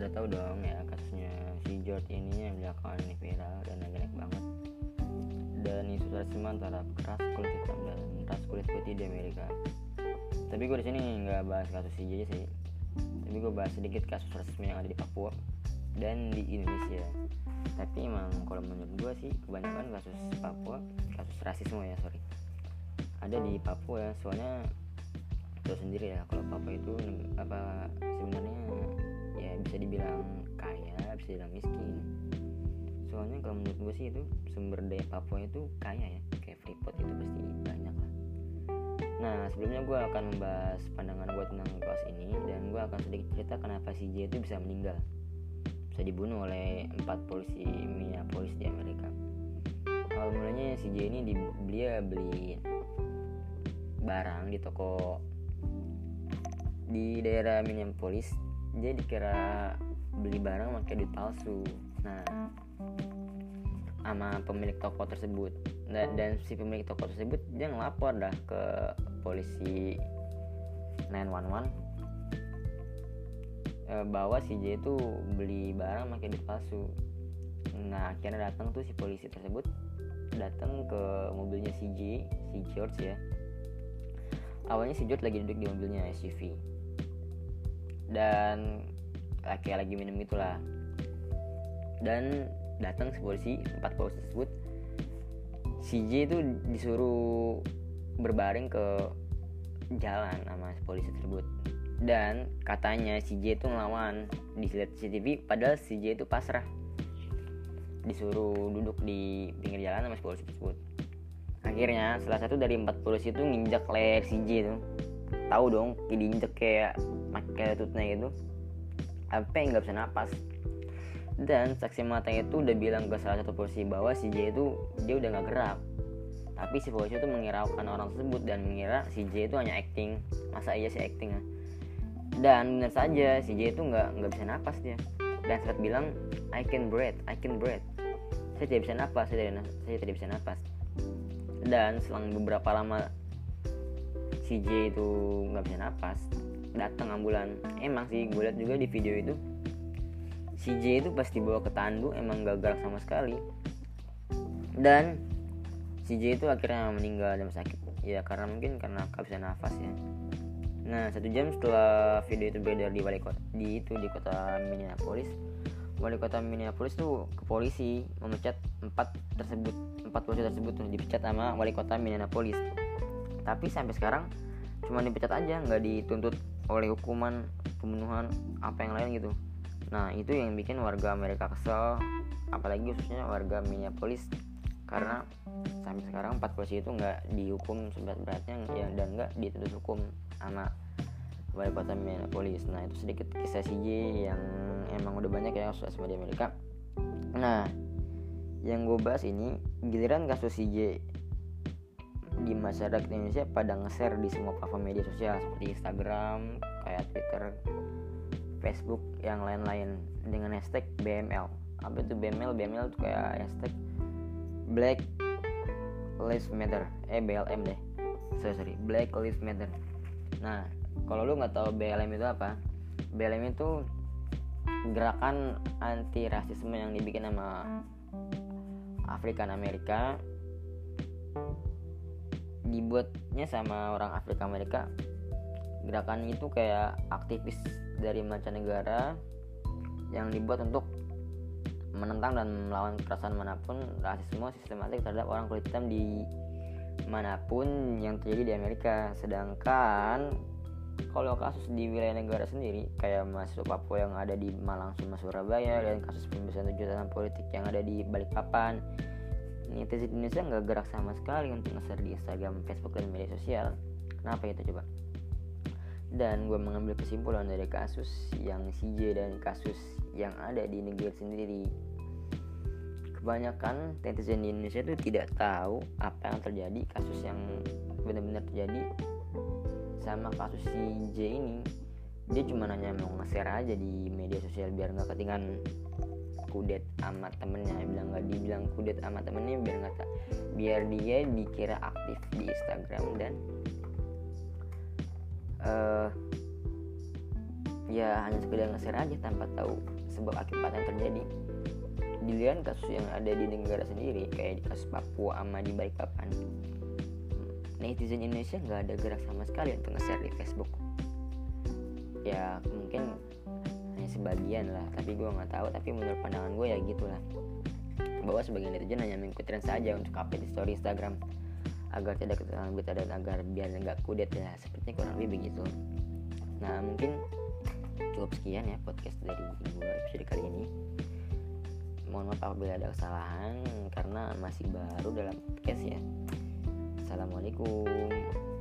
pada tahu dong ya kasusnya si George ini yang belakangan ini viral dan lagi naik banget. Dan isu rasisme antara ras kulit hitam dan ras kulit putih di Amerika. Tapi gue di sini nggak bahas kasus si J sih. Tapi gue bahas sedikit kasus rasisme yang ada di Papua dan di Indonesia. Tapi emang kalau menurut gue sih kebanyakan kasus Papua, kasus rasisme ya ada di Papua ya. Soalnya tahu sendiri ya kalau Papua itu sebenarnya ya bisa dibilang kaya, bisa dibilang miskin. Soalnya kalau menurut gue sih itu sumber daya Papua itu kaya ya, kayak Freeport itu pasti banyak lah. Nah sebelumnya gue akan membahas pandangan gue tentang kasus ini, dan gue akan sedikit cerita kenapa si J itu bisa meninggal, bisa dibunuh oleh 4 polisi Minneapolis di Amerika. Awal mulanya si J ini beli barang di toko di daerah Minneapolis. Dia dikira beli barang pakai duit palsu. Nah, sama pemilik toko tersebut. Dan si pemilik toko tersebut dia ngelapor dah ke polisi 911 bahwa si J itu beli barang pakai duit palsu. Nah, akhirnya datang tuh si polisi tersebut datang ke mobilnya si George ya. Awalnya si George lagi duduk di mobilnya SUV dan kayak lagi minum gitulah. Dan datang si polisi, 4 polisi tersebut. Si J itu disuruh berbaring ke jalan sama si polisi tersebut. Dan katanya si J itu ngelawan, dilihat CCTV, padahal si J itu pasrah. Disuruh duduk di pinggir jalan sama si polisi tersebut. Akhirnya salah satu dari 4 polisi itu nginjak leher si J itu. Tahu dong, diinjek kayak pakai tutupnya gitu. Sampai nggak bisa napas. Dan saksi mata itu udah bilang ke salah satu polisi bahwa si J itu dia udah nggak gerak. Tapi si polisi itu mengiraukan orang tersebut dan mengira si J itu hanya acting. Masa iya sih acting ya? Dan benar saja si J itu nggak bisa napas dia. Dan sempat bilang I can breathe. Saya tidak bisa napas, saya tidak bisa napas. Dan selang beberapa lama si J itu nggak bisa napas, datang ambulan. Emang sih gue lihat juga di video itu si J itu pas dibawa ke tandu emang gak gerak sama sekali. Dan si J itu akhirnya meninggal dalam sakit ya, karena gak bisa nafas ya. Nah 1 jam setelah video itu beredar di kota Minneapolis, wali kota Minneapolis tuh ke polisi memecat 4 polisi tersebut tuh dipecat sama wali kota Minneapolis. Tapi sampai sekarang cuma dipecat aja, nggak dituntut oleh hukuman pembunuhan apa yang lain gitu. Nah itu yang bikin warga Amerika kesel, apalagi khususnya warga Minneapolis, karena sampai sekarang 4 polisi itu nggak dihukum seberat-beratnya ya, dan nggak dituntut hukum sama wali kota Minneapolis. Nah itu sedikit kisah si J yang emang udah banyak ya kasus di Amerika. Nah yang gue bahas ini giliran kasus si J di masyarakat Indonesia pada nge-share di semua platform media sosial seperti Instagram, kayak Twitter, Facebook, yang lain-lain dengan hashtag BML. Apa itu BML? BML itu kayak hashtag Black Lives Matter, BLM deh. Black Lives Matter. Nah, kalau lu nggak tahu BLM itu apa? BLM itu gerakan anti rasisme yang dibikin sama African Amerika, dibuatnya sama orang Afrika Amerika. Gerakan itu kayak aktivis dari mancanegara yang dibuat untuk menentang dan melawan kekerasan manapun, rasisme sistematik terhadap orang kulit hitam di manapun yang terjadi di Amerika. Sedangkan kalau kasus di wilayah negara sendiri kayak mahasiswa Papua yang ada di Malang sama Surabaya, dan kasus pembebasan 7 tahanan politik yang ada di Balikpapan, netizen Indonesia nggak gerak sama sekali untuk nge-share di Instagram, Facebook, dan media sosial. Kenapa itu coba? Dan gue mengambil kesimpulan dari kasus yang si J dan kasus yang ada di negeri sendiri. Kebanyakan netizen di Indonesia itu tidak tahu apa yang terjadi, kasus yang benar-benar terjadi sama kasus si J ini. Dia cuma hanya mau nge-share aja di media sosial biar nggak ketinggalan kudet sama temennya. Dibilang kudet sama temennya biar dia dikira aktif di Instagram dan ya hanya sekedar nge-share aja tanpa tahu sebab akibat yang terjadi. Dilihat kasus yang ada di negara sendiri kayak di kasus Papua sama di Balikpapan, netizen Indonesia nggak ada gerak sama sekali untuk nge-share di Facebook. Ya mungkin hanya sebagian lah, tapi gue nggak tahu. Tapi menurut pandangan gue ya gitulah, bahwa sebagian netizen hanya mengikuti tren saja untuk update di story Instagram agar tidak ketinggalan berita dan agar biar nggak kudet ya, sepertinya kurang lebih begitu. Nah mungkin cukup sekian ya podcast dari gue episode kali ini. Mohon maaf apabila ada kesalahan karena masih baru dalam podcast ya. Assalamualaikum.